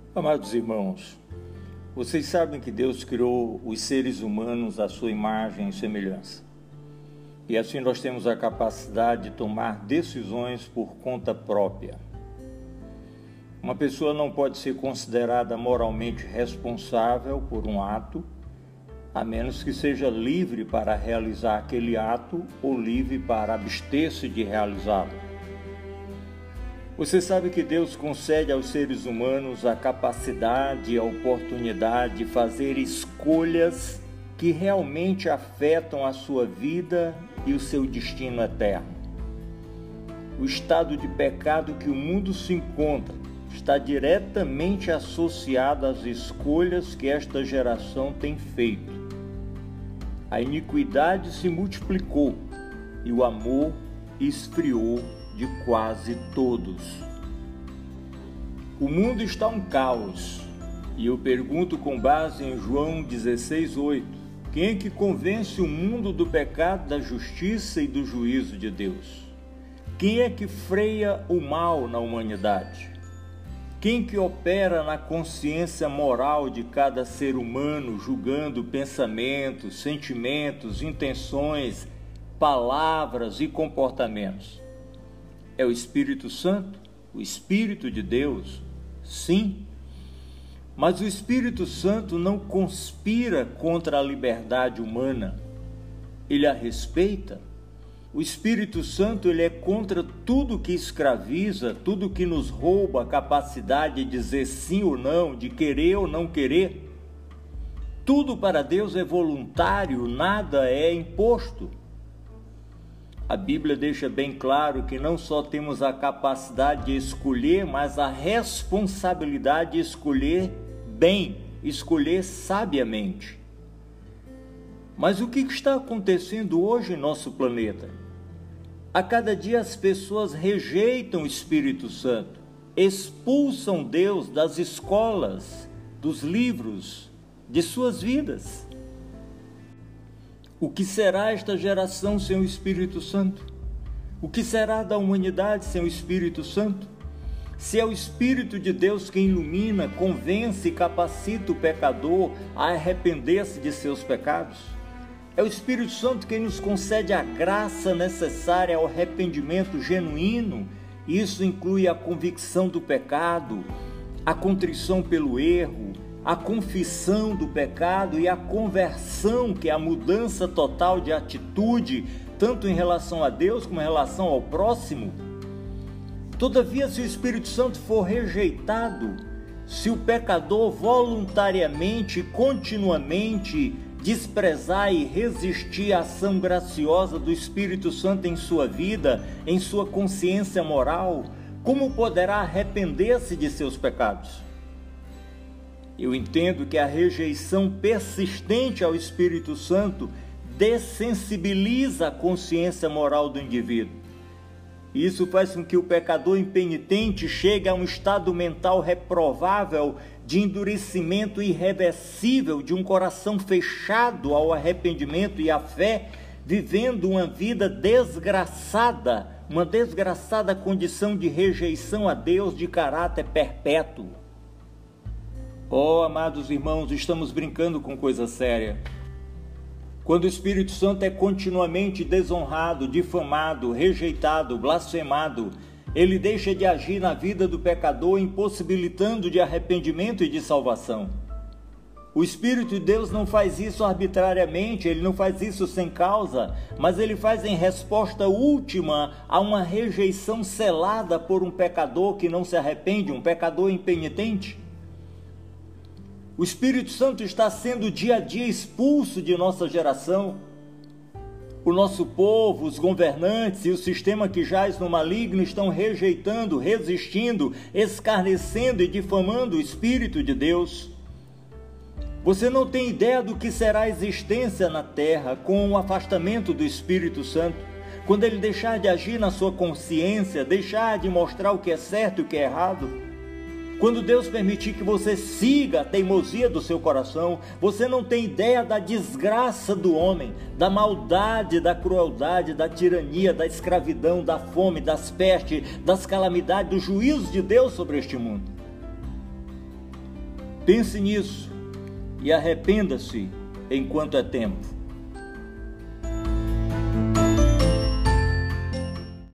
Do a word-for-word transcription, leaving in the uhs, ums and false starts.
Amados irmãos, vocês sabem que Deus criou os seres humanos à sua imagem e semelhança. E assim nós temos a capacidade de tomar decisões por conta própria. Uma pessoa não pode ser considerada moralmente responsável por um ato, a menos que seja livre para realizar aquele ato ou livre para abster-se de realizá-lo. Você sabe que Deus concede aos seres humanos a capacidade e a oportunidade de fazer escolhas que realmente afetam a sua vida e o seu destino eterno. O estado de pecado que o mundo se encontra está diretamente associado às escolhas que esta geração tem feito. A iniquidade se multiplicou e o amor esfriou de quase todos. O mundo está um caos, e eu pergunto com base em João dezesseis, oito, quem é que convence o mundo do pecado, da justiça e do juízo de Deus? Quem é que freia o mal na humanidade? Quem que opera na consciência moral de cada ser humano, julgando pensamentos, sentimentos, intenções, palavras e comportamentos? É o Espírito Santo, o Espírito de Deus, sim. Mas o Espírito Santo não conspira contra a liberdade humana, ele a respeita. O Espírito Santo ele é contra tudo que escraviza, tudo que nos rouba a capacidade de dizer sim ou não, de querer ou não querer. Tudo para Deus é voluntário, nada é imposto. A Bíblia deixa bem claro que não só temos a capacidade de escolher, mas a responsabilidade de escolher bem, escolher sabiamente. Mas o que está acontecendo hoje em nosso planeta? A cada dia as pessoas rejeitam o Espírito Santo, expulsam Deus das escolas, dos livros, de suas vidas. O que será esta geração sem o Espírito Santo? O que será da humanidade sem o Espírito Santo? Se é o Espírito de Deus quem ilumina, convence e capacita o pecador a arrepender-se de seus pecados, é o Espírito Santo quem nos concede a graça necessária ao arrependimento genuíno. Isso inclui a convicção do pecado, a contrição pelo erro, a confissão do pecado e a conversão, que é a mudança total de atitude, tanto em relação a Deus como em relação ao próximo. Todavia, se o Espírito Santo for rejeitado, se o pecador voluntariamente e continuamente desprezar e resistir à ação graciosa do Espírito Santo em sua vida, em sua consciência moral, como poderá arrepender-se de seus pecados? Eu entendo que a rejeição persistente ao Espírito Santo dessensibiliza a consciência moral do indivíduo. Isso faz com que o pecador impenitente chegue a um estado mental reprovável de endurecimento irreversível, de um coração fechado ao arrependimento e à fé, vivendo uma vida desgraçada, uma desgraçada condição de rejeição a Deus de caráter perpétuo. Oh, amados irmãos, estamos brincando com coisa séria. Quando o Espírito Santo é continuamente desonrado, difamado, rejeitado, blasfemado, ele deixa de agir na vida do pecador, impossibilitando de arrependimento e de salvação. O Espírito de Deus não faz isso arbitrariamente, ele não faz isso sem causa, mas ele faz em resposta última a uma rejeição selada por um pecador que não se arrepende, um pecador impenitente. O Espírito Santo está sendo dia a dia expulso de nossa geração. O nosso povo, os governantes e o sistema que jaz no maligno estão rejeitando, resistindo, escarnecendo e difamando o Espírito de Deus. Você não tem ideia do que será a existência na terra com o afastamento do Espírito Santo, quando ele deixar de agir na sua consciência, deixar de mostrar o que é certo e o que é errado. Quando Deus permitir que você siga a teimosia do seu coração, você não tem ideia da desgraça do homem, da maldade, da crueldade, da tirania, da escravidão, da fome, das pestes, das calamidades, dos juízos de Deus sobre este mundo. Pense nisso e arrependa-se enquanto é tempo.